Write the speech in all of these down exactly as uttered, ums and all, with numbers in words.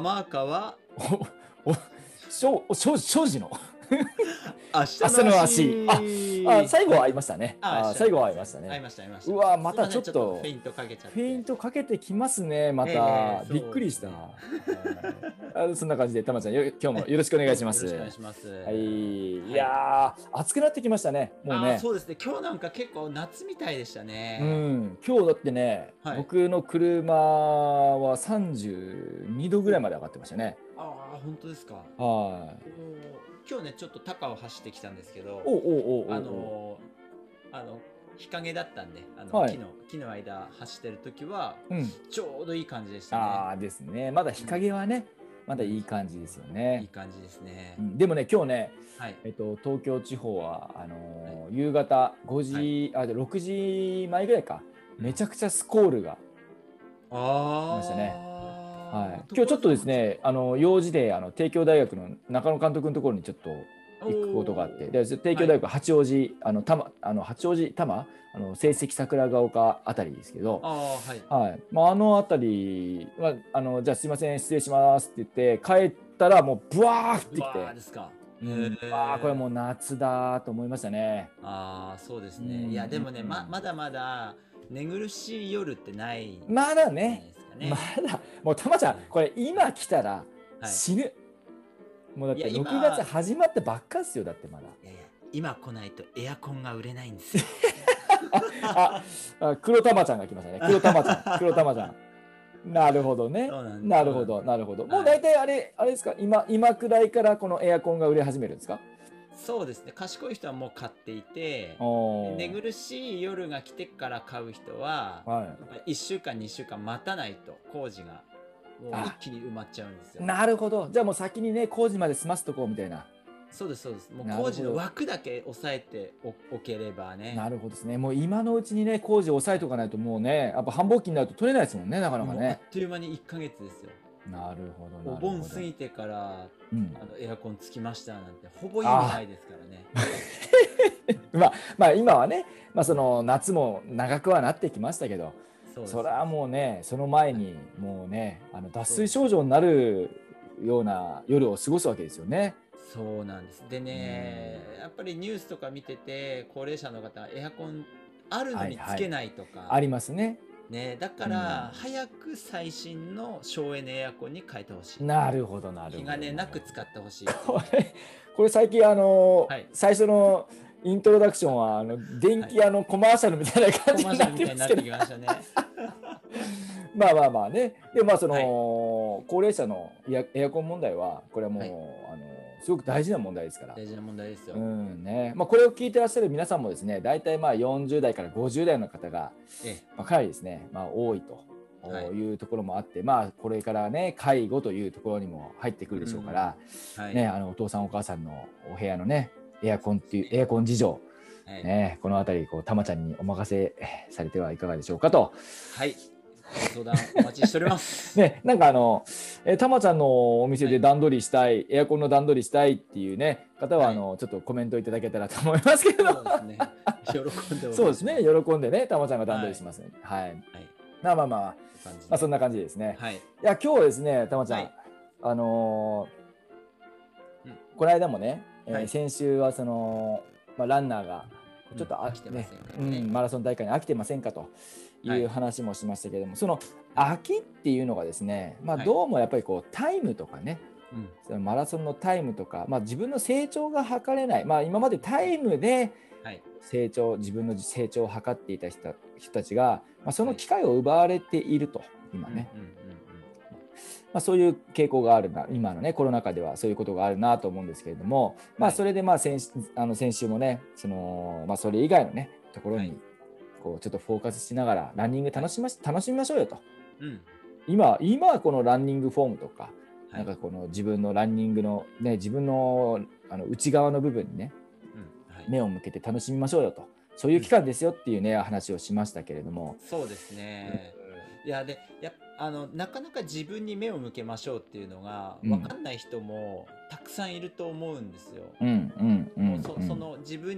浜川おお庄庄庄司の明日明日のの足足。 ああ最後は会いましたね。 ああ最後は会いましたね。 会いました会いました。 うわまたちょっすいませんフとェイントかけちゃってフェイントかけてきますねまた、 ええびっくりした。 そうあそんな感じでたまちゃんよ今日もよろしくお願いします。 よろしくお願いします。 はいいやー暑くなってきましたねもうね。 あーそうですね。今日なんか結構夏みたいでしたね。 うん今日だってね、 はい僕の車はさんじゅうにどぐらいまで上がってましたね。 ああ本当ですか。 はい。 おー今日ねちょっと高を走ってきたんですけど、 おうおうおうおうおうあのーあの日陰だったんで、あの、 はい木の木の間走ってる時はうんちょうどいい感じでしたああですねまだ日陰はね、まだいい感じですよね。いいね。 感じですねう。んでもね今日ねはい。 えっと、東京地方はあのー夕方ごじ、あでろくじまえぐらいかめちゃくちゃスコールがああ。 ましたね。はい、今日ちょっとですねあの用事であの帝京大学の中野監督のところにちょっと行くことがあってで帝京大学八王子、あの多摩あの八王子多摩あの成績桜ヶ丘あたりですけど、 ああはい。 はいまあ、あのあたりはあのじゃあすいません失礼しますって言って帰ったらもうブワーってきてうわーですか。 うんへーあーこれもう夏だと思いましたね。 ああそうですね。 うんいやでもね、 うんままだまだ寝苦しい夜ってないんまだじゃないねですかね。 まだもうたまちゃんこれ今来たらはい死ぬ、もうだっていや今ろくがつ始まってばっかっすよだってまだいやいや今来ないとエアコンが売れないんですよ。 ああ黒たまちゃんが来ましたね黒たまちゃん黒たまちゃんなるほどねそうなんですなるほどなるほど、 はいもう大体あれあれですか今今くらいからこのエアコンが売れ始めるんですか。 そうですね。賢い人はもう買っていて、 おー寝苦しい夜が来てから買う人は、 はやっぱりいっしゅうかんにしゅうかん待たないと工事がもうあ一気に埋まっちゃうんですい、 よ。 なるほどじゃあもう先にね工事まで済ますとこうみたいな。 そうですそうです。もうなるほど工事の枠だけ押さえておおければね。 なるほどですねもう今のうちにね工事を抑えとかないともうねやっぱ繁忙期になると取れないですもんねなかなかもうあっね。 という間にいっかげつですよ。 なるほどなるほどお盆過ぎてからうんあのエアコンつきましたなんてほぼ意味ないですからね。 まあまあ今はね、まあ、その夏も長くはなってきましたけどそうですそれはもうねその前にもうねあの脱水症状になるような夜を過ごすわけですよね。 そうなんです。でね、やっぱりニュースとか見てて高齢者の方エアコンあるのにつけないとか、 ありますね。 ね、だから早く最新の省エネエアコンに変えてほしい。 なるほどなるほど。 気兼ねなく使ってほしい。 これこれ最近あの、 はい最初のイントロダクションはあの電気屋のコマーシャルみたいな感コマーじになっシャルみたいになてますけどってきましたね。 まあまあまあねでまあその、 はい高齢者のエアエアコン問題はこれはもう、 はいあのすごく大事な問題ですから。 大事な問題ですよ。 うんねまあ、これを聞いてらっしゃる皆さんもですね大体まあよんじゅう代からごじゅう代の方が、 えまあ、かなりですね、まあ、多いとはいいうところもあって、まあこれからね介護というところにも入ってくるでしょうから、 え、はい、 ね、あのお父さんお母さんのお部屋のねエアコンっていうエアコン事情、 はい、 ね、この辺りこうたまちゃんにお任せされてはいかがでしょうかと。 はいご相談お待ちしております。 ね、なんかあの、えたまちゃんのお店で段取りしたい、エアコンの段取りしたいっていうね、方は、 はいあの、ちょっとコメントいただけたらと思いますけど。 そうですね。喜んでおります。 そうですね、喜んでね、たまちゃんが段取りしますね。はい。 はい。 まあまあまあ、ま感じであそんな感じですね。 はい。 いや、今日はですね、たまちゃん、 はいあのーうんこの間もね、えーはい先週はその、まあ、ランナーがちょっとあ、 飽きてまねせんかうねん、マラソン大会に飽きてませんかといはいう話もしましたけれども、その飽きっていうのがですね、まあ、 はいどうもやっぱりこうタイムとかね、 うん。 そのマラソンのタイムとか、まあ、自分の成長が測れない、まあ、今までタイムではい。 成長自分の成長を図っていた人人たちが、まあ、その機会を奪われていると今ね、 うんうんまあ、そういう傾向があるな今のねコロナ禍ではそういうことがあるなと思うんですけれども、まあ、 はいそれでまあ先あの先週もねその、まあ、それ以外のねところにはいこうちょっとフォーカスしながらランニング楽しまし楽しみましょうよと。 うんうん。 今今はこのランニングフォームとか、 はないんかこの自分のランニングの、ね、自分のあの内側の部分にねうんはい。 目を向けて楽しみましょうよとそういう期間ですよっていうね話をしましたけれども、 そうですね。いやでやあのなかなか自分に目を向けましょうっていうのがうん分かんない人もたくさんいると思うんですよ。 うんうんうんうんそその自分に目を向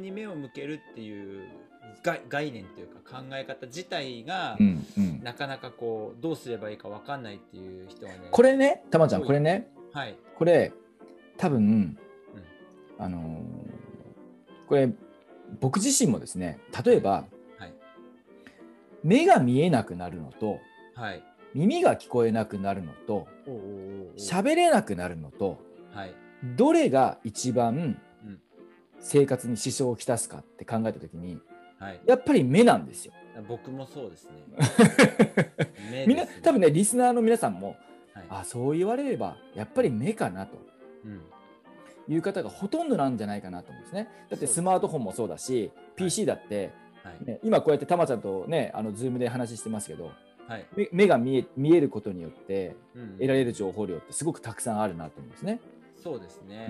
向けるっていう概概念というか考え方自体が、 うんうん、 なかなかこうどうすればいいか分かんないっていう人はね。 これね、たまちゃん、これね、 はい、 これ多分、 うん、 あのーこれ僕自身もですね、例えば、 はい、 目が見えなくなるのと、 はい、 耳が聞こえなくなるのと、 おうおうおうおう、 喋れなくなるのと、 はい、 どれが一番うん、 生活に支障をきたすかって考えたときに、 はい、 やっぱり目なんですよ。 僕もそうですね。目みんなですね。 多分ね、リスナーの皆さんも、 はい、 あ、そう言われればやっぱり目かなとうんいう方がほとんどなんじゃないかなと思うんですね。だってスマートフォンもそうだし、ピーシー だって、 はいね、今こうやってたまちゃんとね、あのズームで話してますけど、 はい、 目目が見え、見えることによってうん得られる情報量ってすごくたくさんあるなと思うんですね。 そうですね、 うん、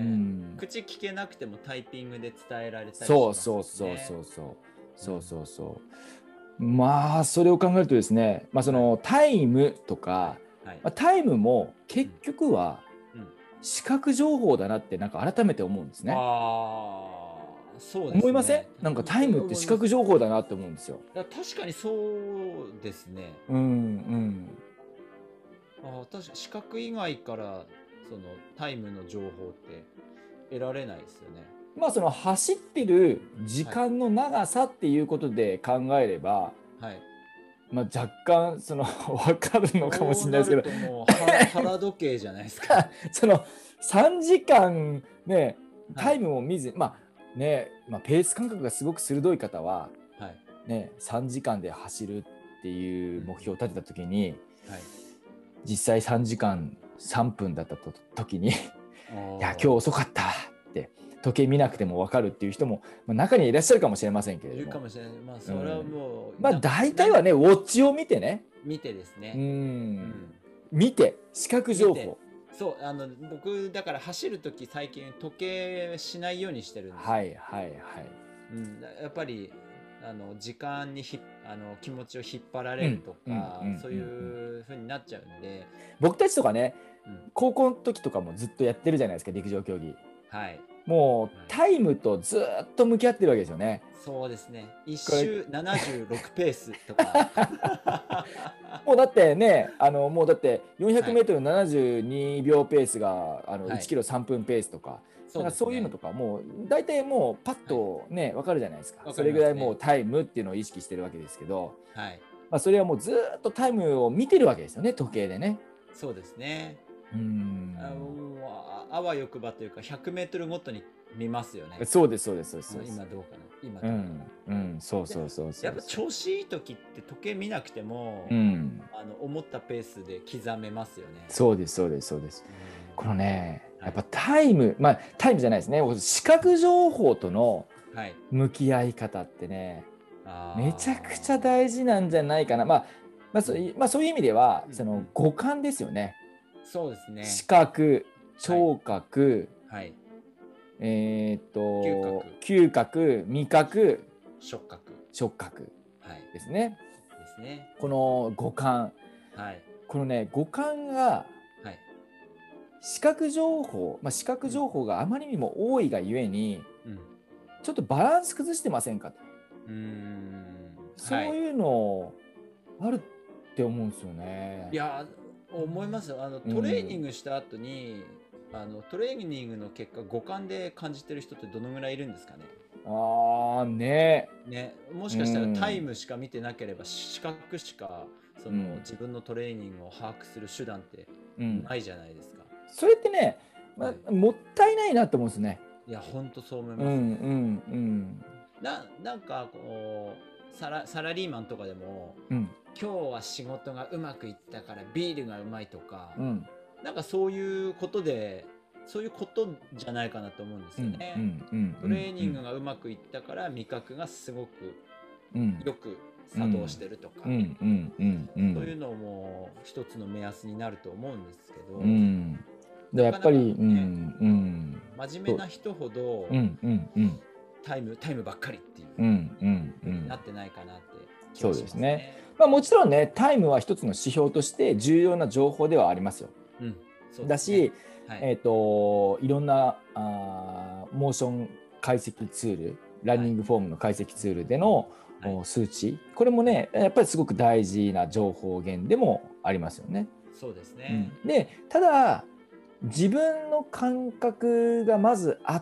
口聞けなくてもタイピングで伝えられたりしますね。 そうそうそうそうそうそうそうそう、まあそれを考えるとですね、まあ、そのタイムとか、 はい、 まあ、タイムも結局はうんうん視覚情報だなってなんか改めて思うんですね。 ああ、そうですね。 思いません？なんかタイムって視覚情報だなって思うんですよ。 いや確かにそうですね。 うんうん。 あー確か視覚以外からそのタイムの情報って得られないですよね。 まあその走ってる時間の長さっていうことで考えれば、 はい。 まあ、若干その分かるのかもしれないですけど、 そうなるともう腹腹時計じゃないですか。 そのさんじかんねタイはいムも見ず、まあね、まあ、ペース感覚がすごく鋭い方は、 はいね、さんじかんで走るっていう目標を立てた時に、 はい。 実際さんじかんさんぷんだったと時にいや今日日遅かったって時計見なくても分かるっていう人も、まあ、中にはいらっしゃるかもしれませんけれども、 いるかもしれない。まあそれはもう、 まあ大体はねウォッチを見てね、 見てですね。 うん、 うん、 見て視覚情見て報、 そうあの僕だから走る時最近時計しないようにしてるんですよ。 はいはいはい、 うん、やっぱりあの時間にひあの気持ちを引っ張られるとか、 うんうんそういう風になっちゃうんで、 僕たちとかね、 うん、 高校の時とかもずっとやってるじゃないですか、陸上競技。 はいもうタイムとずっと向き合ってるわけですよね。 そうですね。一周ななじゅうろくペースとかもうだってね、あのもうだって よんひゃくメートルななじゅうにびょうペースがあのはいいちキロさんぷんペースとか、 そうですね、 だからそういうのとかもう大体もうパッとね分かるじゃないですか。 わかそりますねれぐらいもうタイムっていうのを意識してるわけですけど、 はいまあ、それはもうずっとタイムを見てるわけですよね、時計でね。 そうですね。 うーんあもうああわよくばというかひゃくメートルごとに見ますよね。 そうですそうですそうですそうです。 今どうかな今どううかな、 んうん、そうそうそうそう。 やっぱ調子いい時って時計見なくても、 うん、 あの思ったペースで刻めますよね。 そうですそうですそうです。 うんこのね、 はいやっぱタイム、まあタイムじゃないですね。視覚情報とのはい、 向き合い方ってね、 あーめちゃくちゃ大事なんじゃないかな。まあ、まあ、そうまあ、そういう意味では、 うんその五感ですよね。 そうですね。 視覚、聴覚、 はい、 えーっと嗅覚嗅覚、味覚、 触覚触覚はいですね。 ですね。 この五感、 はいこのね五感がはい視覚情報、まあ、視覚情報があまりにも多いがゆえに、 うんちょっとバランス崩してませんかと。 うーんそうはいいうのあるって思うんですよね。 いや思いますよ。あのトレーニングした後に、うん、あのトレーニングの結果五感で感じてる人ってどのぐらいいるんですかね。 ああね。 ね、もしかしたらタイムしか見てなければ視覚しかその、 うん自分のトレーニングを把握する手段ってうん、 ないじゃないですか。 それってね、まはいあ、もったいないなと思うんですね。 いや本当そう思います、 うんうんうんななんかこうサラ、サラリーマンとかでもうん今日は仕事がうまくいったからビールがうまいとか、 うんなんかそういうことでそういうことじゃないかなと思うんですうんよね。 うんうんトレーニングがうまくいったから味覚がすごくうんよく作動してるとか、 うんうんうんうんそういうのも一つの目安になると思うんですけど、 うんでやっぱりなかなかねうんうん真面目な人ほどうんうんうんタイムタイムばっかりっていううんうんう風にんなってないかなって気そうがしますですね。まあ、もちろんねタイムは一つの指標として重要な情報ではありますよ。 うん、そうだですねし、 はいえー、といろんなあーモーション解析ツールランニングフォームの解析ツールでの、はい、数値、これもねやっぱりすごく大事な情報源でもありますよね。 そうですね、 うん、でただ自分の感覚がまずあって、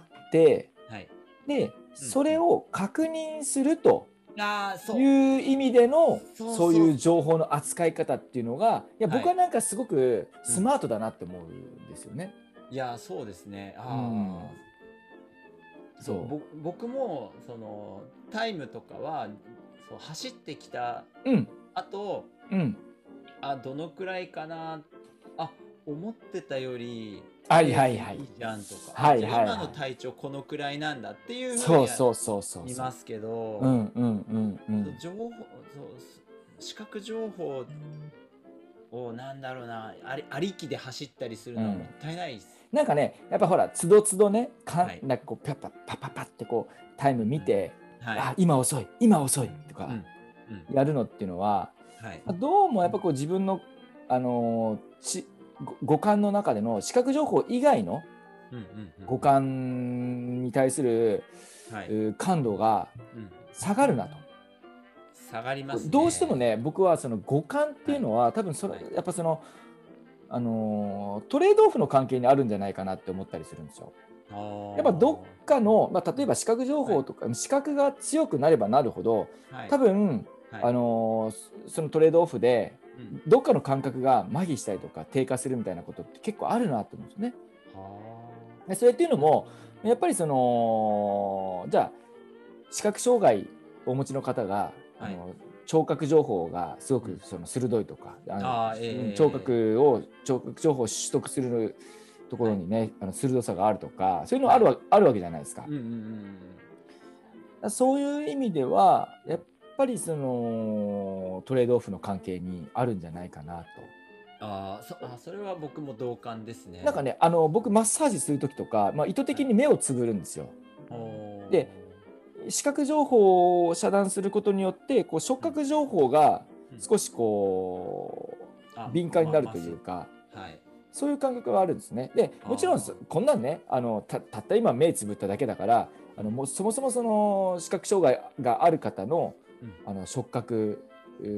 はい、でそれを確認するという意味でのそういう情報の扱い方っていうのがいや僕はなんかすごくスマートだなって思うんですよね。 うん、いやそうですね。あ、うん、そう僕もそのタイムとかはそう走ってきた後、うん、あどのくらいかなあ思ってたよりはいはいはいいいじゃんとか、はいはいはい、今の体調このくらいなんだっていうふうに見ますけど、情報そう視覚情報をなんだろうなありありきで走ったりするのはもったいないです、 うん、なんかねやっぱほらつどつどねか、はい、なんかこうパッパッパッパッパってこうタイム見て、うんはい、あ今遅い今遅いとかやるのっていうのは、うんうん、どうもやっぱこう自分のあのー、五感の中での視覚情報以外の五感に対する、はい、感度が下がるなと。 下がりますね。 どうしてもね僕はその五感っていうのは、はい、多分それ、はい、やっぱその、あのー、トレードオフの関係にあるんじゃないかなって思ったりするんですよ。やっぱどっかの、まあ、例えば視覚情報とか、はい、視覚が強くなればなるほど、はい、多分、はい、あのー、そのトレードオフでどっかの感覚が麻痺したりとか低下するみたいなことって結構あるなと思うんですよね。でそれっていうのもやっぱりそのじゃあ視覚障害をお持ちの方が、はい、あの聴覚情報がすごくその鋭いとか、うん、あの、えー、聴覚を聴覚情報を取得するところにね、はい、あの鋭さがあるとかそういうのあるわ、はい、あるわけじゃないですか。うんうんうん、そういう意味ではやっぱりそのトレードオフの関係にあるんじゃないかなと。 あ そ, あそれは僕も同感ですね。 なんかねあの僕マッサージする時とか、まあ、意図的に目をつぶるんですよ。はい、で視覚情報を遮断することによってこう触覚情報が少しこう、うん、敏感になるというか、まあはい、そういう感覚があるんですね。でもちろんこんなんねあの た, たった今目つぶっただけだからあのもうそもそもその視覚障害がある方の、うん、あの触覚はい、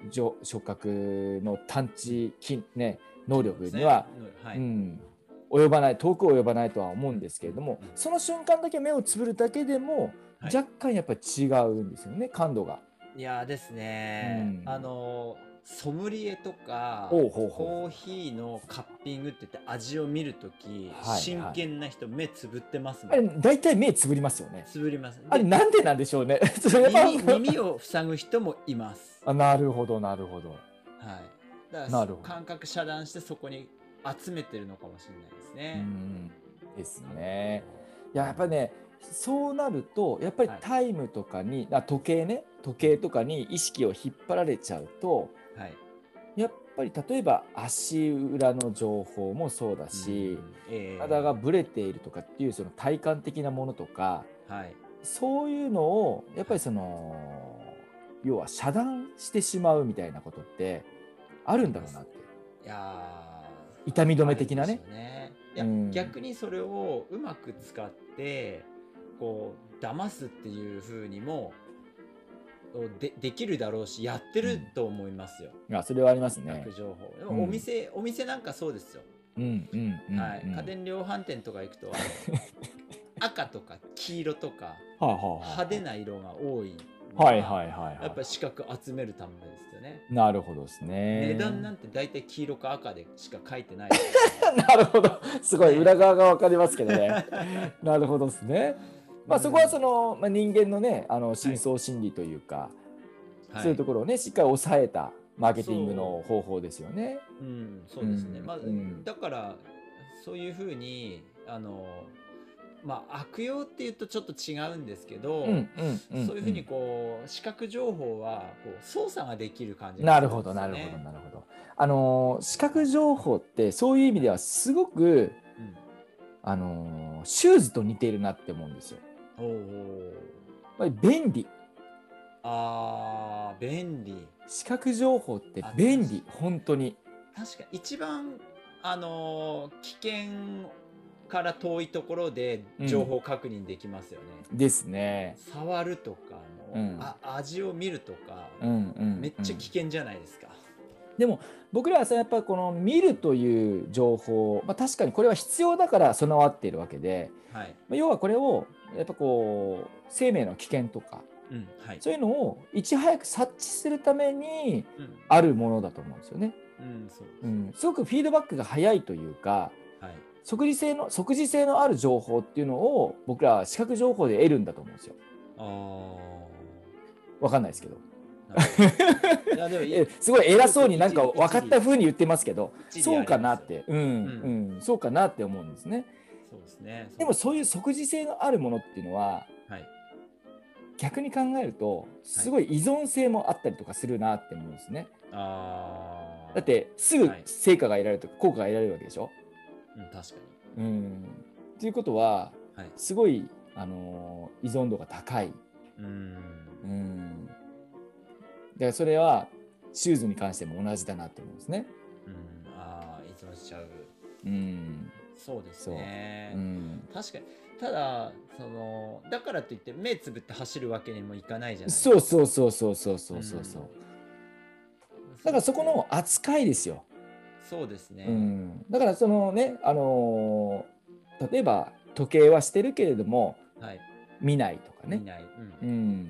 触覚の探知筋、ね、能力には、ねはいうん、及ばない遠く及ばないとは思うんですけれども、うん、その瞬間だけ目をつぶるだけでも、はい、若干やっぱり違うんですよね感度が。 いやですね、うん、あのソムリエとかコーヒーのカッピングって言って味を見るとき、はいはい、真剣な人目つぶってますもん。 あれ大体目つぶりますよね。 つぶります。 あれなんでなんでしょうね。 耳, 耳を塞ぐ人もいます。 あなるほどなるほど。はい。 だから感覚遮断してそこに集めてるのかもしれないですね。 うんですね。いややっぱりねそうなるとやっぱりタイムとかに、はい、あ時計ね時計とかに意識を引っ張られちゃうと、はい、やっぱり例えば足裏の情報もそうだし、うんえー、体がブレているとかっていうその体感的なものとか、はい、そういうのをやっぱりその要は遮断してしまうみたいなことってあるんだろうなって。いや痛み止め的なね。 いや、うん、逆にそれをうまく使ってこう騙すっていう風にも で, できるだろうしやってると思いますよ。 うん、あそれはありますね。 情報でもお店、うん、お店なんかそうですよ。うんうんうんはい、家電量販店とか行くと赤とか黄色とか派手な色が多いのがはいはいはいはい、やっぱり視覚集めるためですよね。 なるほどですね。 値段なんて大体黄色か赤でしか書いてないなるほどすごい裏側が分かりますけどねなるほどですね。まあそこはその、まあ、人間のねあの深層心理というか、はい、そういうところをねしっかり抑えたマーケティングの方法ですよね。 そう、うん、そうですね、うんまあうん、だからそういうふうにあのまあ悪用っていうとちょっと違うんですけど、うんうんうんうん、そういうふうにこう視覚情報はこう操作ができる感じがするんですよね。なるほどなるほどなるほど。あの視覚情報ってそういう意味ではすごく、うん、あのシューズと似ているなって思うんですよ。おお。やっぱり便利。 あー便利。 視覚情報って便利本当に。 確か一番あの危険から遠いところで情報確認できますよね。 うん、ですね。 触るとかの、うん、あ味を見るとか、うんうんうん、めっちゃ危険じゃないですか。 でも僕らはさやっぱりこの見るという情報、まあ、確かにこれは必要だから備わっているわけで、はい、要はこれをやっぱこう生命の危険とか、うんはい、そういうのをいち早く察知するためにあるものだと思うんですよね。うんそうですうん、すごくフィードバックが早いというか、はい、即時性の即時性のある情報っていうのを僕らは視覚情報で得るんだと思うんですよ。あ分かんないですけど。いやでもすごい偉そうになんか分かった風に言ってますけど、そうかなって、うんうん、そうかなって思うんですね。そうですね。でもそういう即時性のあるものっていうのは、はい、逆に考えるとすごい依存性もあったりとかするなって思うんですね。あだってすぐ成果が得られるとか効果が得られるわけでしょ。うん、確かに。うん。ということは、はい、すごい、あのー、依存度が高い。うんうんだからそれはシューズに関しても同じだなって思うんですね。 うん、ああ依存しちゃう。うん、そうですね。う、うん、確かに。ただそのだからといって目つぶって走るわけにもいかないじゃないですか。 そうそうそうそうそうそうそうそう。うん、だからそこの扱いですよ。 そうですね。 うん、だからそのねあのー、例えば時計はしてるけれども、はい、見ないとかね。見ない。うん、うん、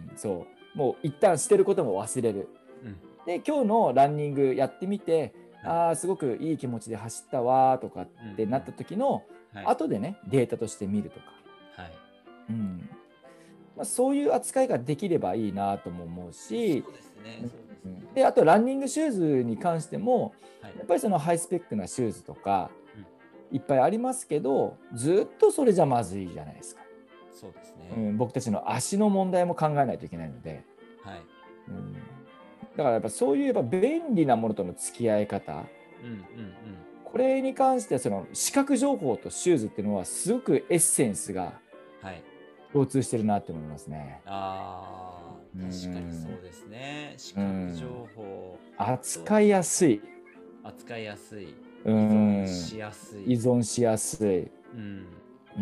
そう。もう一旦してることも忘れる。うん、で今日のランニングやってみて、はい、ああすごくいい気持ちで走ったわとかってなった時の、うんうん、後でねデータとして見るとか、はいうんまあ、そういう扱いができればいいなとも思うし、そうですね、そうですね。であとランニングシューズに関しても、はい、やっぱりそのハイスペックなシューズとか、うん、いっぱいありますけどずっとそれじゃまずいじゃないですか。そうですね、うん、僕たちの足の問題も考えないといけないので、はいうん、だからやっぱそういうやっぱ便利なものとの付き合い方、うんうんうん、これに関してはその視覚情報とシューズっていうのはすごくエッセンスが共通してるなって思いますね。 はい、あ確かにそうですね。視覚情報、 うん、扱いやすい扱いやすい依存しやすい依存しやすい、 うんうん、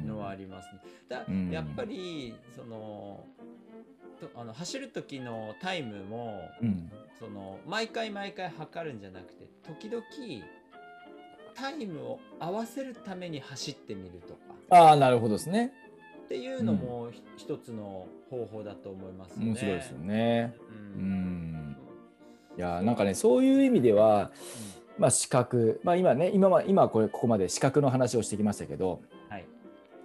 のはありますね。だ、うん、やっぱりそのとあの走る時のタイムも、うん、その毎回毎回測るんじゃなくて時々タイムを合わせるために走ってみるとか。 ああなるほどですね。 っていうのも一つの方法だと思いますね。 面白いですよね。うん、うんいやなんかねそういう意味では、うんまあ、視覚、まあ、今ね今は今これここまで視覚の話をしてきましたけど、はい、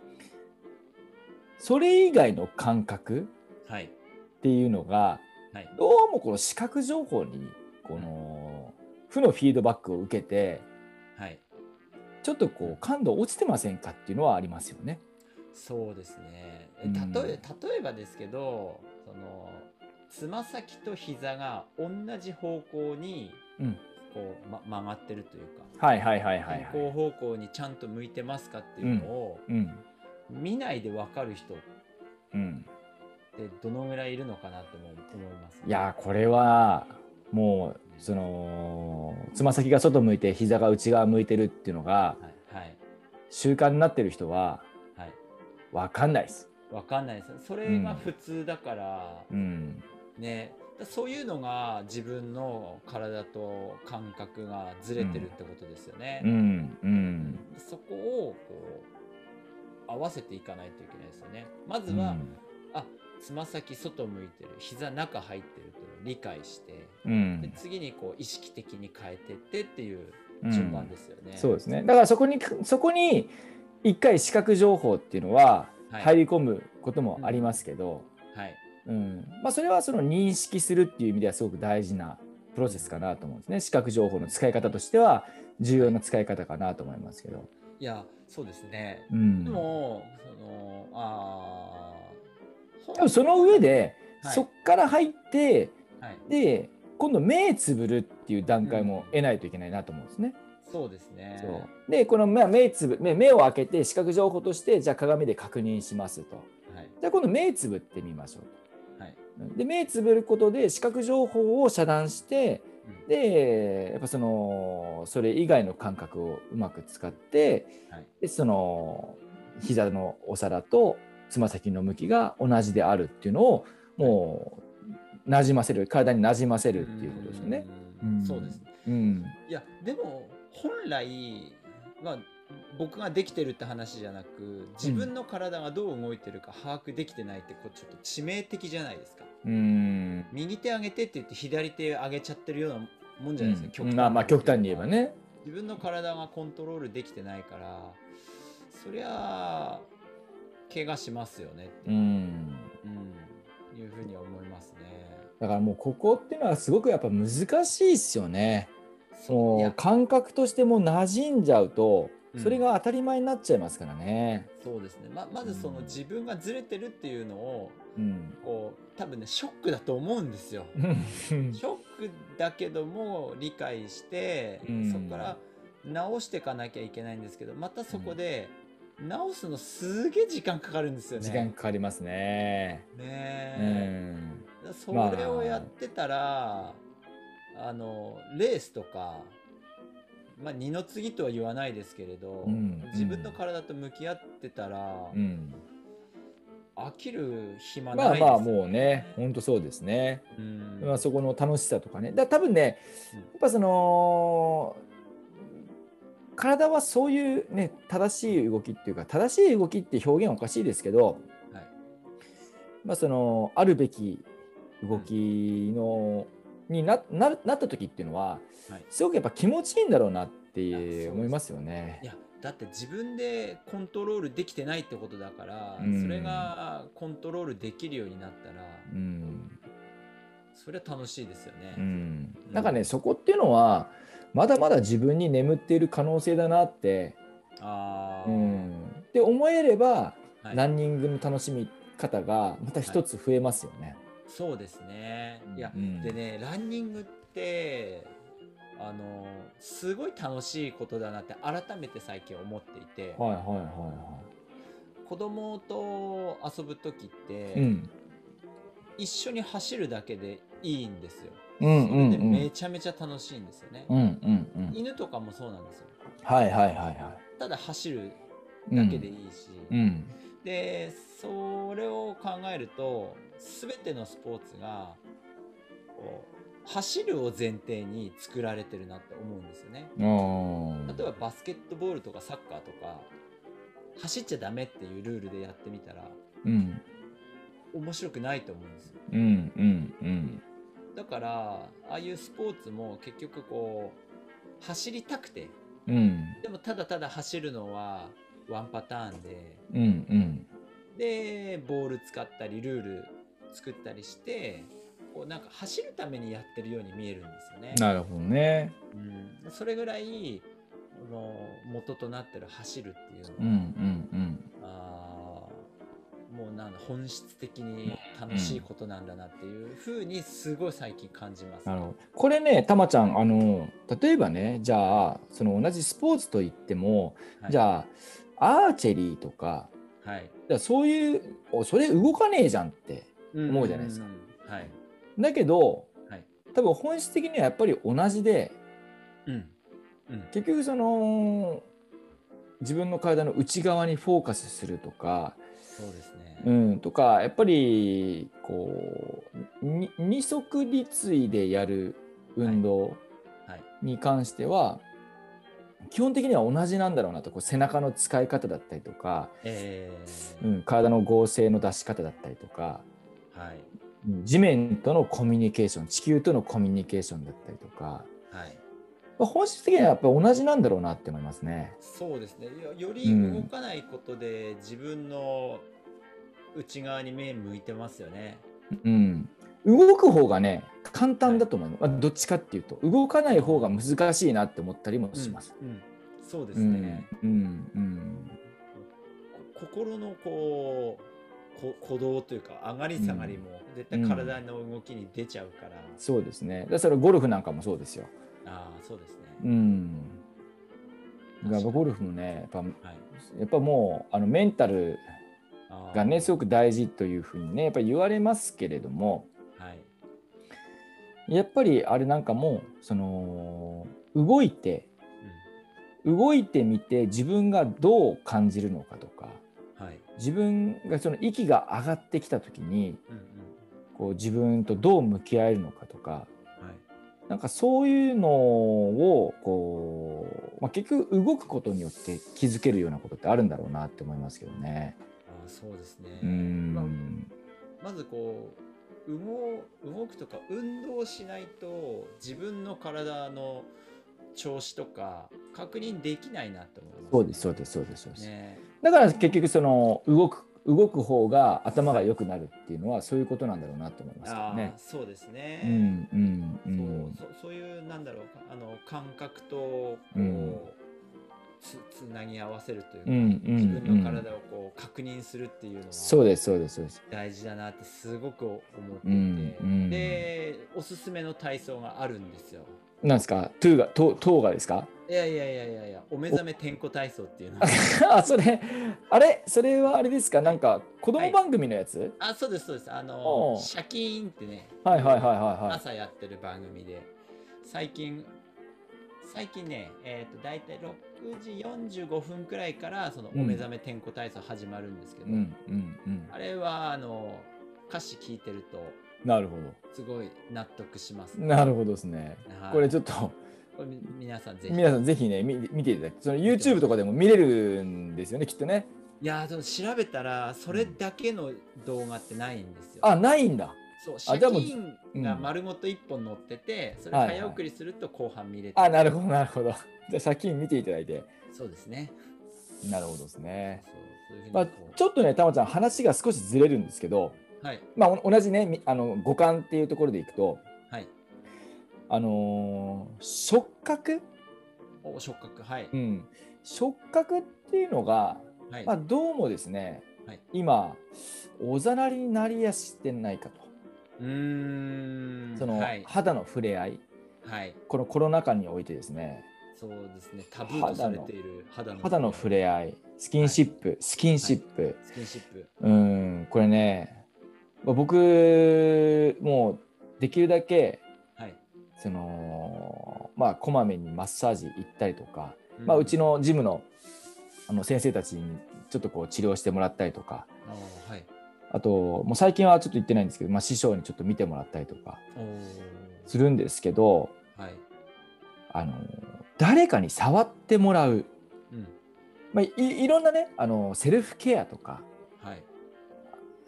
それ以外の感覚っていうのが、はい、どうもこの視覚情報にこの負のフィードバックを受けて、はい、ちょっとこう感度落ちてませんかっていうのはありますよね。 そうですね。例え、例えばですけどそのつま先と膝が同じ方向にこう、ま、曲がってるというか、はいはいはいはい、健康方向にちゃんと向いてますかっていうのを、うんうん、見ないで分かる人ってどのぐらいいるのかなと思います、ね、 いやこれはもうそのつま先が外向いて膝が内側向いてるっていうのが、はいはい、習慣になってる人は分かんないです。 分かんないです。それが普通だから、うん、ねそういうのが自分の体と感覚がずれてるってことですよね。うんうんうん、そこをこう合わせていかないといけないですよね。まずは、うん、あつま先外向いてる膝中入ってるというのを理解して、うん、で次にこう意識的に変えてってっていう順番ですよね。 うん、そうですね。だからそこにそこに一回視覚情報っていうのは入り込むこともありますけど、はい、うんまあ、それはその認識するっていう意味ではすごく大事なプロセスかなと思うんですね。視覚情報の使い方としては重要な使い方かなと思いますけど。 いやそうですね。うん、でもそのあでもその上で、はい、そっから入って、はい、で今度目つぶるっていう段階も得ないといけないなと思うんですね。 うん、そうですね。 そうでこの 目, つぶ 目, 目を開けて視覚情報としてじゃあ鏡で確認しますと、はい、じゃあ今度目つぶってみましょうと。はい、で目つぶることで視覚情報を遮断して、 でやっぱそのそれ以外の感覚をうまく使って、はい、でその膝のお皿とつま先の向きが同じであるっていうのをもうなじませる、体になじませるっていうことですよね。 うん、そうですね、うん、いやでも本来、まあ、僕ができてるって話じゃなく、自分の体がどう動いてるか把握できてないってこうちょっと致命的じゃないですか。うん、右手上げてって言って左手上げちゃってるようなもんじゃないですか、 うん、極端まあまあ極端に言えばね。 自分の体がコントロールできてないから、そりゃあ怪我しますよねって、うん、うん、いうふうには思いますね。 だからもうここっていうのはすごくやっぱ難しいですよね。もう感覚としても馴染んじゃうとそれが当たり前になっちゃいますからね。 うん、そうですね。 ま, まずその自分がずれてるっていうのを、うん、こう多分ねショックだと思うんですよ。ショックだけども理解して、うん、そこから直していかなきゃいけないんですけど、またそこで直すのすげえ時間かかるんですよね。 時間かかりますね。 ねえ、うん、それをやってたら、まあ、あのレースとか、まあ、二の次とは言わないですけれど、うん、自分の体と向き合ってたら、うん、飽きる暇ないですよね。 まあまあもうね、本当そうですね。うん、まあ、そこの楽しさとかね。だ多分ね、やっぱその体はそういうね正しい動きっていうか、正しい動きって表現おかしいですけど、はい、まあそのあるべき動きの、うん、に な, な, なった時っていうのは、はい、すごくやっぱ気持ちいいんだろうなって思いますよね。 いやだって自分でコントロールできてないってことだから、うん、それがコントロールできるようになったら、うん、それは楽しいですよね。うん、 なんかね、そこっていうのはまだまだ自分に眠っている可能性だなって、あ、うん、って思えれば、はい、ランニングの楽しみ方がまた一つ増えますよね。はい、 そうですね。いや、うん、でね、ランニングってあのすごい楽しいことだなって改めて最近思っていて、はいはいはいはい、子供と遊ぶ時って、うん、一緒に走るだけでいいんですよ。うんうんうん、それでめちゃめちゃ楽しいんですよね。うんうんうん、犬とかもそうなんですよ。はいはいはいはい。ただ走るだけでいいし、うんうん、でそれを考えると全てのスポーツがこう走るを前提に作られてるなって思うんですよね。例えばバスケットボールとかサッカーとか走っちゃダメっていうルールでやってみたら、うん、面白くないと思うんですよ。うんうんうん、だからああいうスポーツも結局こう走りたくて、うん、でもただただ走るのはワンパターンで、うんうん、でボール使ったりルール作ったりしてこうなんか走るためにやってるように見えるんですよね。 なるほどね。 うん、それぐらいの元となってる走るっていうのは、うんうんうん、あもうなんだ本質的に楽しいことなんだなっていうふうにすごい最近感じます、ね。 なるほど。これね、たまちゃん、あの例えばね、じゃあその同じスポーツといっても、はい、じゃあアーチェリーとか、はい、じゃそういうそれ動かねえじゃんって思うじゃないですか。うんうんうん、はい、だけど、はい、多分本質的にはやっぱり同じで、うんうん、結局その自分の体の内側にフォーカスするとか、そうですね、うん、とかやっぱりこう二足立位でやる運動に関しては、はいはい、基本的には同じなんだろうなと、こう背中の使い方だったりとか、えーうん、体の合成の出し方だったりとか、はい、地面とのコミュニケーション、地球とのコミュニケーションだったりとか、はい、本質的にはやっぱり同じなんだろうなって思いますね。 そうですね。より動かないことで自分の内側に目向いてますよね。 うん、動く方がね簡単だと思う、はい、どっちかっていうと動かない方が難しいなって思ったりもします。 うんうん、そうですね。うんうんうん、心のこう鼓動というか上がり下がりも絶対体の動きに出ちゃうから、 うんうん、そうですね。だからゴルフなんかもそうですよ。 ああそうですね。 うん。だからゴルフもねやっぱ、はい、やっぱもうあのメンタルがねすごく大事というふうにねやっぱり言われますけれども、はい、 やっぱりあれなんかもその動いて、うん、動いてみて自分がどう感じるのかとか、はい、自分がその息が上がってきた時に、うんうん、こう自分とどう向き合えるのかとか、はい、なんかそういうのをこう、まあ、結局動くことによって気づけるようなことってあるんだろうなって思いますけどね。 あ、そうですね。うん、まあ、まずこう動, 動くとか運動しないと自分の体の調子とか確認できないなと思います、ね。 そうですそうですそうですそうです、ね、だから結局その動く動く方が頭が良くなるっていうのはそういうことなんだろうなと思いますけどね。 あ、そうですね。 うんうんうん。 そう、そ, そういうなんだろうあの感覚とこう、うん、つ, つなぎ合わせるというか、うんうんうん、自分の体をこう確認するっていうのはそうですそうですそうです大事だなってすごく思っていて、うんうん、でおすすめの体操があるんですよ。 なんですか？トゥーがトーがですか？ いやいやいやいやいや、お目覚め天候体操っていうのあ、それあれそれはあれですか？なんか子供番組のやつ？はい、 あ、そうですそうです。あのシャキーンってね、 はいはいはいはいはい、 朝やってる番組で最近最近ね、えーとだいたいろくじよんじゅうごふんくらいからそのお目覚め天候体操始まるんですけど、うんうんうん、あれはあの歌詞聞いてるとなるほどすごい納得します、ね、 なるほどですね。これちょっとこれ皆さんぜひ皆さんぜひね 見, 見ていただき、その YouTube とかでも見れるんですよねきっとね。 いやでも調べたらそれだけの動画ってないんですよ。 あ、ないんだ。 そう、シャキーンが丸ごといっぽん載ってて、うん、それ早送りすると後半見れて、 はいはい、あ、なるほどなるほど。じゃあシャキーン見ていただいて。 そうですね。 なるほどですね。そうそういうふうに、まあ、ちょっとねたまちゃん話が少しずれるんですけど、はい、まあ、同じねあの五感っていうところでいくと、はい、あのー、触覚お触覚、はい、 うん、触覚っていうのが、はい、まあ、どうもですね、はい、今おざなりになりやしてないかと。うーん、その、はい、肌の触れ合い、はい、このコロナ禍においてですね、 そうですね、タブーとされている肌の、肌の触れ合い、スキンシップ、はい、スキンシップ、はい、 スキンシップ、 うん、これね、僕もうできるだけ、はい、そのまあこまめにマッサージ行ったりとか、うん、まあ、うちのジムのあの先生たちにちょっとこう治療してもらったりとか、あ、はい、あともう最近はちょっと行ってないんですけど、まあ、師匠にちょっと見てもらったりとかするんですけど、はい、あの誰かに触ってもらう、うん、まあ、い, いろんなねあのセルフケアとか、はい、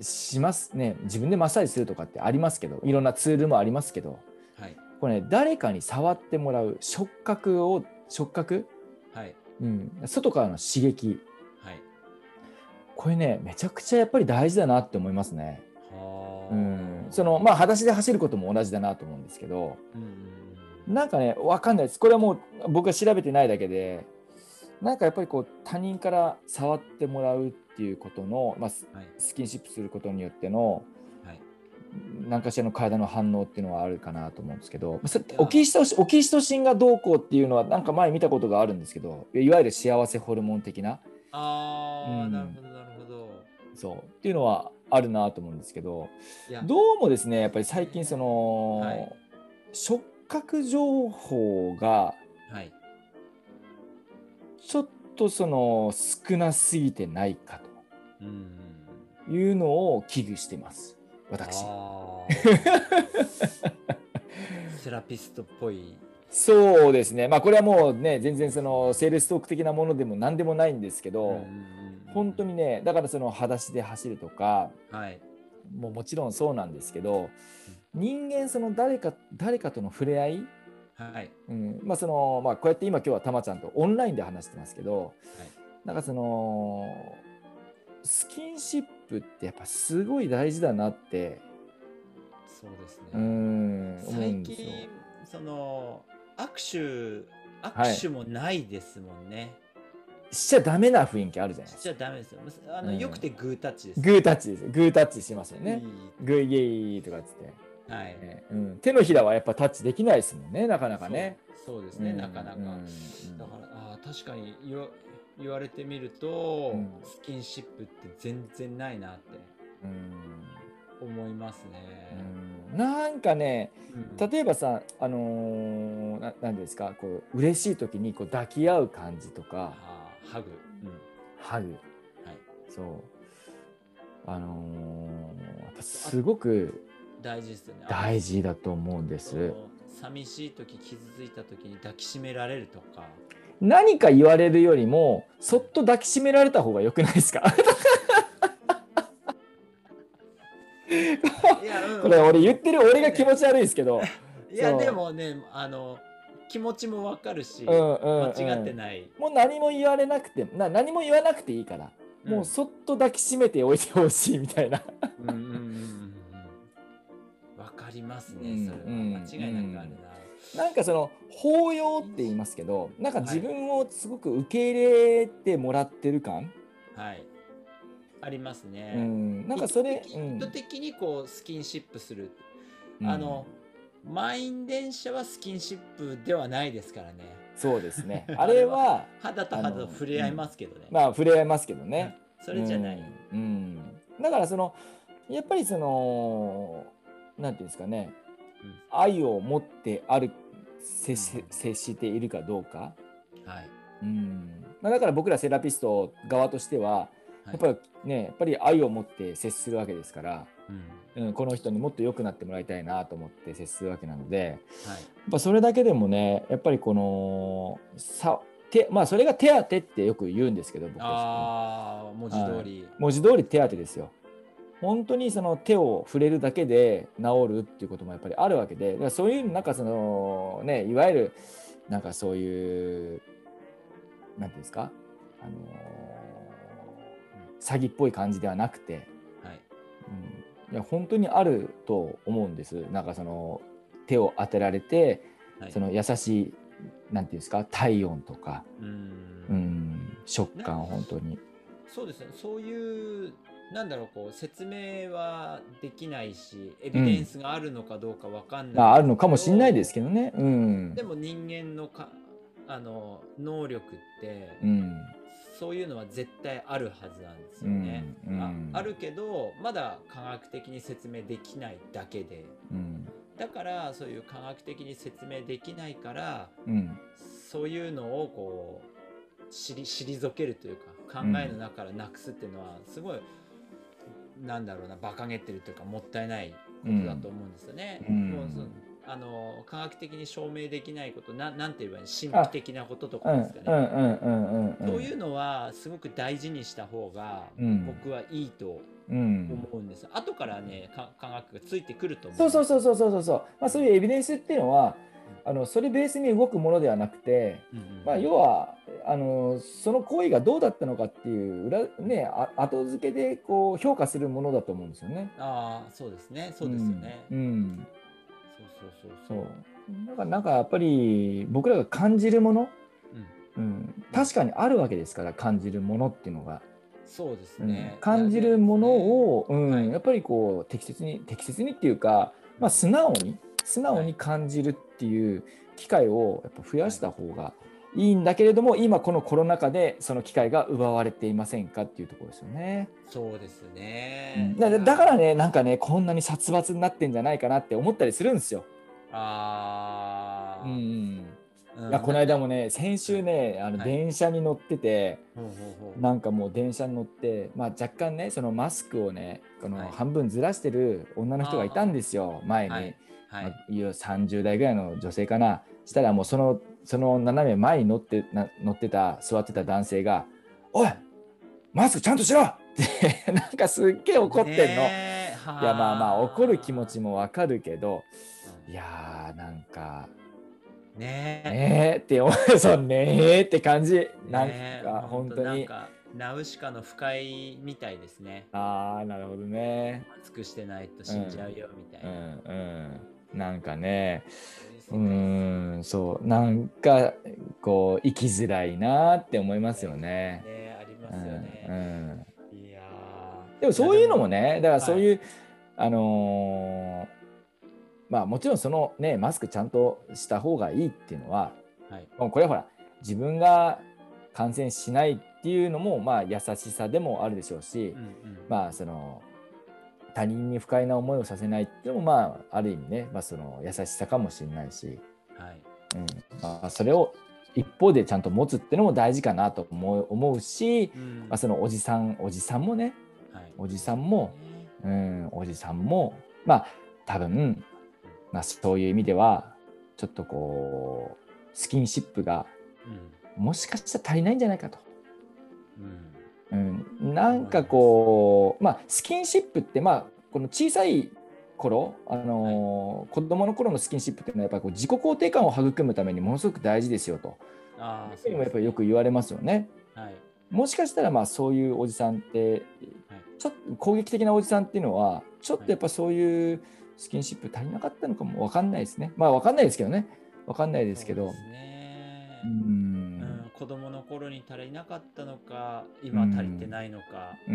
しますね。自分でマッサージするとかってありますけど、いろんなツールもありますけど、はい、これね誰かに触ってもらう触覚を触覚、はい、うん、外からの刺激、はい、これねめちゃくちゃやっぱり大事だなって思いますね。うん、そのまあ裸足で走ることも同じだなと思うんですけど、うん、なんかね分かんないです。これはもう僕が調べてないだけで、なんかやっぱりこう他人から触ってもらうっていうことの、まあはい、スキンシップすることによっての、はい、何かしらの体の反応っていうのはあるかなと思うんですけど、オキシトシン、オキシトシンがどうこうっていうのはなんか前見たことがあるんですけど、いわゆる幸せホルモン的な、 あー、うん、なるほどなるほど、 そうっていうのはあるなと思うんですけど、どうもですねやっぱり最近その、はい、触覚情報が、はい、ちょっとその少なすぎてないかというのを危惧しています私。 セラピストっぽい。 そうですね、まあこれはもうね全然そのセールストーク的なものでも何でもないんですけど、本当にねだからその裸足で走るとか、はい、もうもちろんそうなんですけど、人間その誰か誰かとの触れ合い、はい、うん、まあそのまあこうやって今今日はたまちゃんとオンラインで話してますけど、はい、なんかそのスキンシップってやっぱすごい大事だなって。 そうですね、 うん、 最近その握手握手もないですもんね、はい、 しちゃダメな雰囲気あるじゃないですか。 しちゃダメですよ。あの、うん、よくてグータッチです、 ね、グータッチです。グータッチしますよね。グーイエイとかっつって、はい、ね、うん、手のひらはやっぱタッチできないですもんねなかなかね。 そう、そうですね、うん、なかなか、うん、だからあ確かに言わ、言われてみると、うん、スキンシップって全然ないなって思いますね。 うんなんかね、 うん、 例えばさ、あのー、ななんですか、こう嬉しい時にこう抱き合う感じとか、 あハグ、うん、 ハグ、 はい、 そうあのー、やっぱすごく大事ですよね。 大事だと思うんです。 寂しい時、傷ついた時に抱きしめられるとか、 何か言われるよりもそっと抱きしめられた方が良くないですか？ いや、うん、 これ俺言ってる俺が気持ち悪いですけど、 いやでもね、あの気持ちもわかるし、 うんうんうん、 間違ってない。 もう何も言われなくてな何も言わなくていいから、うん、もうそっと抱きしめておいてほしいみたいな。 うんうんうんうんわかりますね、それは間違いなくあるな。 うん、なんかその包容って言いますけど、なんか自分をすごく受け入れてもらってる感、 はい、ありますね。 うん、なんかそれ意図的にこうスキンシップする、 うん、 あの満員電車はスキンシップではないですからね。 そうですね。あれは肌と肌と触れ合いますけどね。 うん、まあ触れ合いますけどね。 うん、それじゃない。 うん、うん、だからそのやっぱりそのなんていうんですかね、うん、愛を持ってある接し、接しているかどうか。はい。うん。まあ、だから僕らセラピスト側としては、やっぱりね、やっぱり愛を持って接するわけですから、うんうん、この人にもっと良くなってもらいたいなと思って接するわけなので、はい、やっぱそれだけでもね、やっぱりこのさ手、まあそれが手当てってよく言うんですけど、僕たちああ、文字通り、はい、 文字通り手当てですよ。本当にその手を触れるだけで治るっていうこともやっぱりあるわけで、だからそういうなんかそのね、いわゆるなんかそういうなんていうんですか、あのー、詐欺っぽい感じではなくて、はい、うん、いや本当にあると思うんです。なんかその手を当てられて、はい、その優しいなんていうんですか、体温とか、うん、うん、食感本当に。 そうですね。そういうなんだろう、こう説明はできないし、エビデンスがあるのかどうかわかんない、うん、 まあ、あるのかもしれないですけどね。うん、 でも人間のかあの能力って、 うん、 そういうのは絶対あるはずなんですよね。うんうん、あ, あるけどまだ科学的に説明できないだけで、うん、だからそういう科学的に説明できないから、うん、そういうのをこう知り退けるというか考えの中からなくすっていうのはすごい、なんだろうな、馬鹿げてるというかもったいないことだと思うんですよね。うん、もうそのあの科学的に証明できないこと、な、なんて言えばいい、神秘的なこととかですかね。そういうのはすごく大事にした方が僕はいいと思うんです。うん、後からね、科学がついてくると思う。 そうそうそうそうそうそう。まあそういうエビデンスっていうのは、あのそれベースに動くものではなくて、うんうん、まあ、要はあのその行為がどうだったのかっていう裏、ね、後付けでこう評価するものだと思うんですよね。 ああ、そうですね、そうですよね。うん、うん、 そうそうそうそう。だからなんかやっぱり僕らが感じるもの、うんうん、確かにあるわけですから、感じるものっていうのが。 そうですね、 うん、感じるものを、ね、うん、はい、やっぱりこう適切に適切にっていうか、まあ、素直に素直に感じるっていう機会をやっぱ増やした方がいいんだけれども、今このコロナ禍でその機会が奪われていませんかっていうところですよね。 そうですね、 うん、だ, だからね、なんかね、こんなに殺伐になってんじゃないかなって思ったりするんですよ。ああ、うん、うん、いやこの間もね、先週ね、あの電車に乗ってて、はい、なんかもう電車に乗って、まあ、若干ね、そのマスクをね、この半分ずらしてる女の人がいたんですよ、前に、はいはい、まあ、さんじゅう代ぐらいの女性かな。したらもうそのその斜め前に乗ってな乗ってた座ってた男性が「おいマスクちゃんとしろ!」ってなんかすっげえ怒ってんの。いやまあまあ怒る気持ちもわかるけど、いやーなんかねえねえって思う、そうねえって感じ、なんか本当にナウシカの不快みたいですね。 ああなるほどね。 マスクしてないと死んじゃうよみたいな、うんうんうん、なんかね、うーんそうなんかこう生きづらいなって思いますよね。 ね、ありますよね。うんうん、いやでもそういうのもね、だからそういう、はい、あのーまあもちろんそのねマスクちゃんとした方がいいっていうのは、はい、これはほら自分が感染しないっていうのもまあ優しさでもあるでしょうし、うんうん、まあその他人に不快な思いをさせないっていうのも、まあ、ある意味ね、まあ、その優しさかもしれないし、 はいうんまあ、それを一方でちゃんと持つっていうのも大事かなと思う、思うし、 うんまあ、そのおじさんおじさんもね、 はい、 おじさんも、うん、おじさんもまあ多分、まあ、そういう意味ではちょっとこうスキンシップがもしかしたら足りないんじゃないかと。うんうん、なんかこう、まあ、スキンシップってまあこの小さい頃、あのーはい、子供の頃のスキンシップっていうのはやっぱりこう自己肯定感を育むためにものすごく大事ですよと。あー、そうですね、やっぱりよく言われますよね。はい、もしかしたらまあそういうおじさんって、はい、ちょっと攻撃的なおじさんっていうのはちょっとやっぱそういうスキンシップ足りなかったのかも分かんないですね。まあ分かんないですけどね。分かんないですけど。そうですね。うん、うん、 子供の頃に足りなかったのか、今足りてないのか。うん、うん、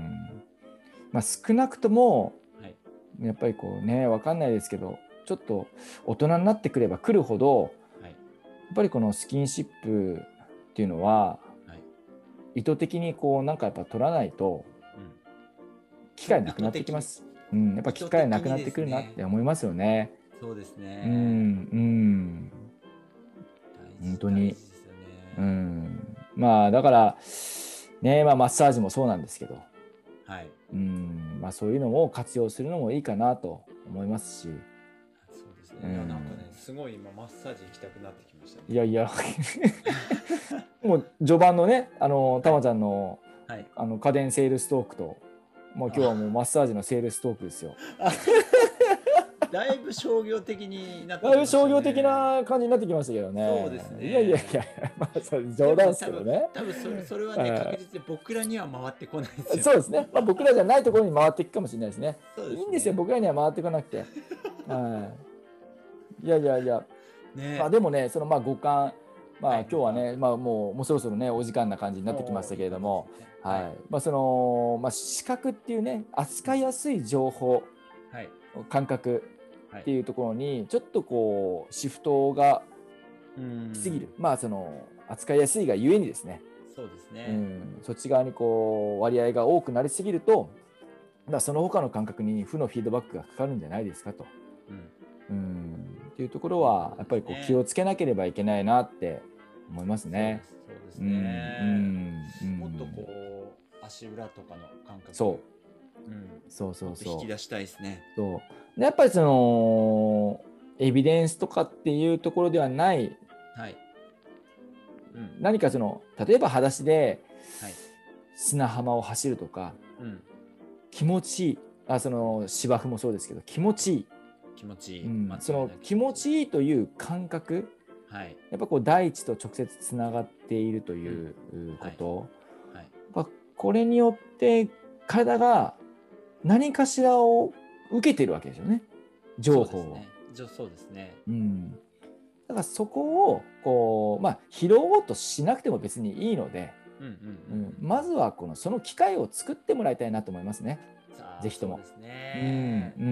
まあ、少なくとも、はい、やっぱりこうね分かんないですけど、ちょっと大人になってくればくるほど、はい、やっぱりこのスキンシップっていうのは、はい、意図的にこうなんかやっぱ取らないと、うん、機会なくなってきます。うん、やっぱ機会なくなってくるなって思いますよね。 そうですね。 うん、うん。本当に。うん。まあだからね、まあマッサージもそうなんですけど、はい。うん、まあそういうのを活用するのもいいかなと思いますし。 そうですね。うん、いやなんかね、すごい今マッサージ行きたくなってきましたね。 いやいや、もう序盤のね、あのたまちゃんの、はい、あの家電セールストークと。もう今日はもうマッサージのセールストークですよ。 だいぶ商業的になってきましたね。 だいぶ商業的な感じになってきましたけどね。 そうですね。 いやいやいや、まあそれ冗談ですけどね。 多分それそれはね、確実に僕らには回ってこないですよ。 そうですね。まあ僕らじゃないところに回っていくかもしれないですね。いいんですよ、僕らには回ってこなくて。はい。いやいやいや。ね、まあでもね、そのまあ五感。まあ、はい、今日はね、まあ、もうもうそろそろねお時間な感じになってきましたけれども、はい、はい、まあそのまあ視覚っていうね扱いやすい情報、はい、感覚っていうところにちょっとこうシフトがきすぎる、まあその扱いやすいがゆえにですね、 そうですね、 うん、そっち側にこう割合が多くなりすぎると、まあ、その他の感覚に負のフィードバックがかかるんじゃないですかと。うん、うんっていうところはやっぱりこう気をつけなければいけないなって思いますね。 そうですね。うんうん、もっとこう足裏とかの感覚、 そう、うん、そうそうそう引き出したいですね。 そうでやっぱりそのエビデンスとかっていうところではない、はいうん、何かその例えば裸足で砂浜を走るとか、うん、気持ちいいあその芝生もそうですけど気持ちいい気持ちいい、 うん、その気持ちいいという感覚、はい、やっぱこう大地と直接つながっているということ、はいはい、これによって体が何かしらを受けてるわけですよね、情報を。 そうですね、 うん、だからそこをこう、まあ、拾おうとしなくても別にいいので、うんうんうんうん、まずはこのその機会を作ってもらいたいなと思いますね。ぜひとも。そうですね、うんうん、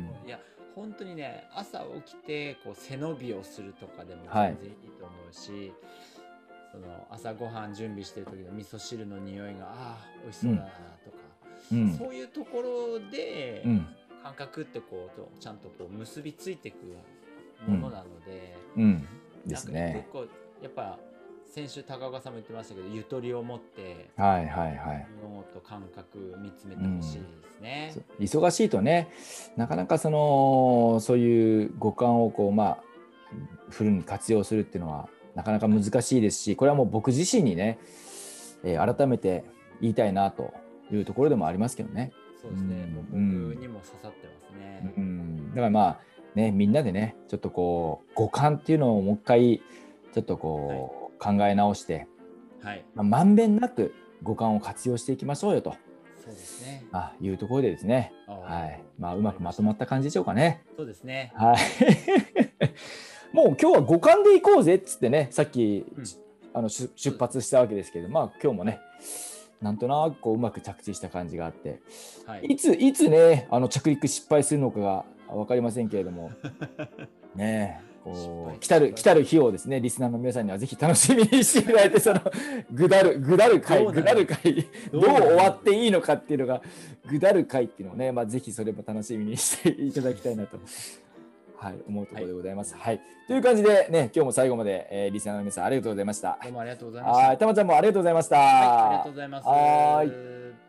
いや本当にね朝起きてこう背伸びをするとかでも全然いいと思うし、はい、その朝ごはん準備してる時の味噌汁の匂いがああ美味しそうだなとか、うん、そういうところで、うん、感覚ってこうちゃんとこう結びついていくものなので、うんうん、ですね、結構やっぱ先週高岡さんも言ってましたけどゆとりを持ってはいはいはい物事感覚見つめてほしいですね、 うん、忙しいとねなかなかそのそういう五感をこうまあフルに活用するっていうのはなかなか難しいですし、これはもう僕自身にね、えー、改めて言いたいなというところでもありますけどね。 そうですね、うん、僕にも刺さってますね、 うん、だからまあねみんなでねちょっとこう五感っていうのをもう一回ちょっとこう、はい、考え直して、はいまあ、まんべんなく五感を活用していきましょうよとそうですねあいうところでですね、はいまあ、うまくまとまった感じでしょうかね。 そうですね、 はいもう今日は五感でいこうぜっつってねさっき、うん、あの出発したわけですけど、まあ今日もねなんとなくこううまく着地した感じがあって、はい、いついつねあの着陸失敗するのかが分かりませんけれどもねこう来たる来たる日をですねリスナーの皆さんにはぜひ楽しみにしていただいてそのぐだるぐだる回ぐだる回どう終わっていいのかっていうのがぐだる回っていうのをね、まあ、ぜひそれも楽しみにしていただきたいなと、はい、思うところでございます、はいはい、という感じでね今日も最後まで、えー、リスナーの皆さんありがとうございました。 どうもありがとうございました。 たまちゃんもありがとうございました。 はい、ありがとうございます。 はい。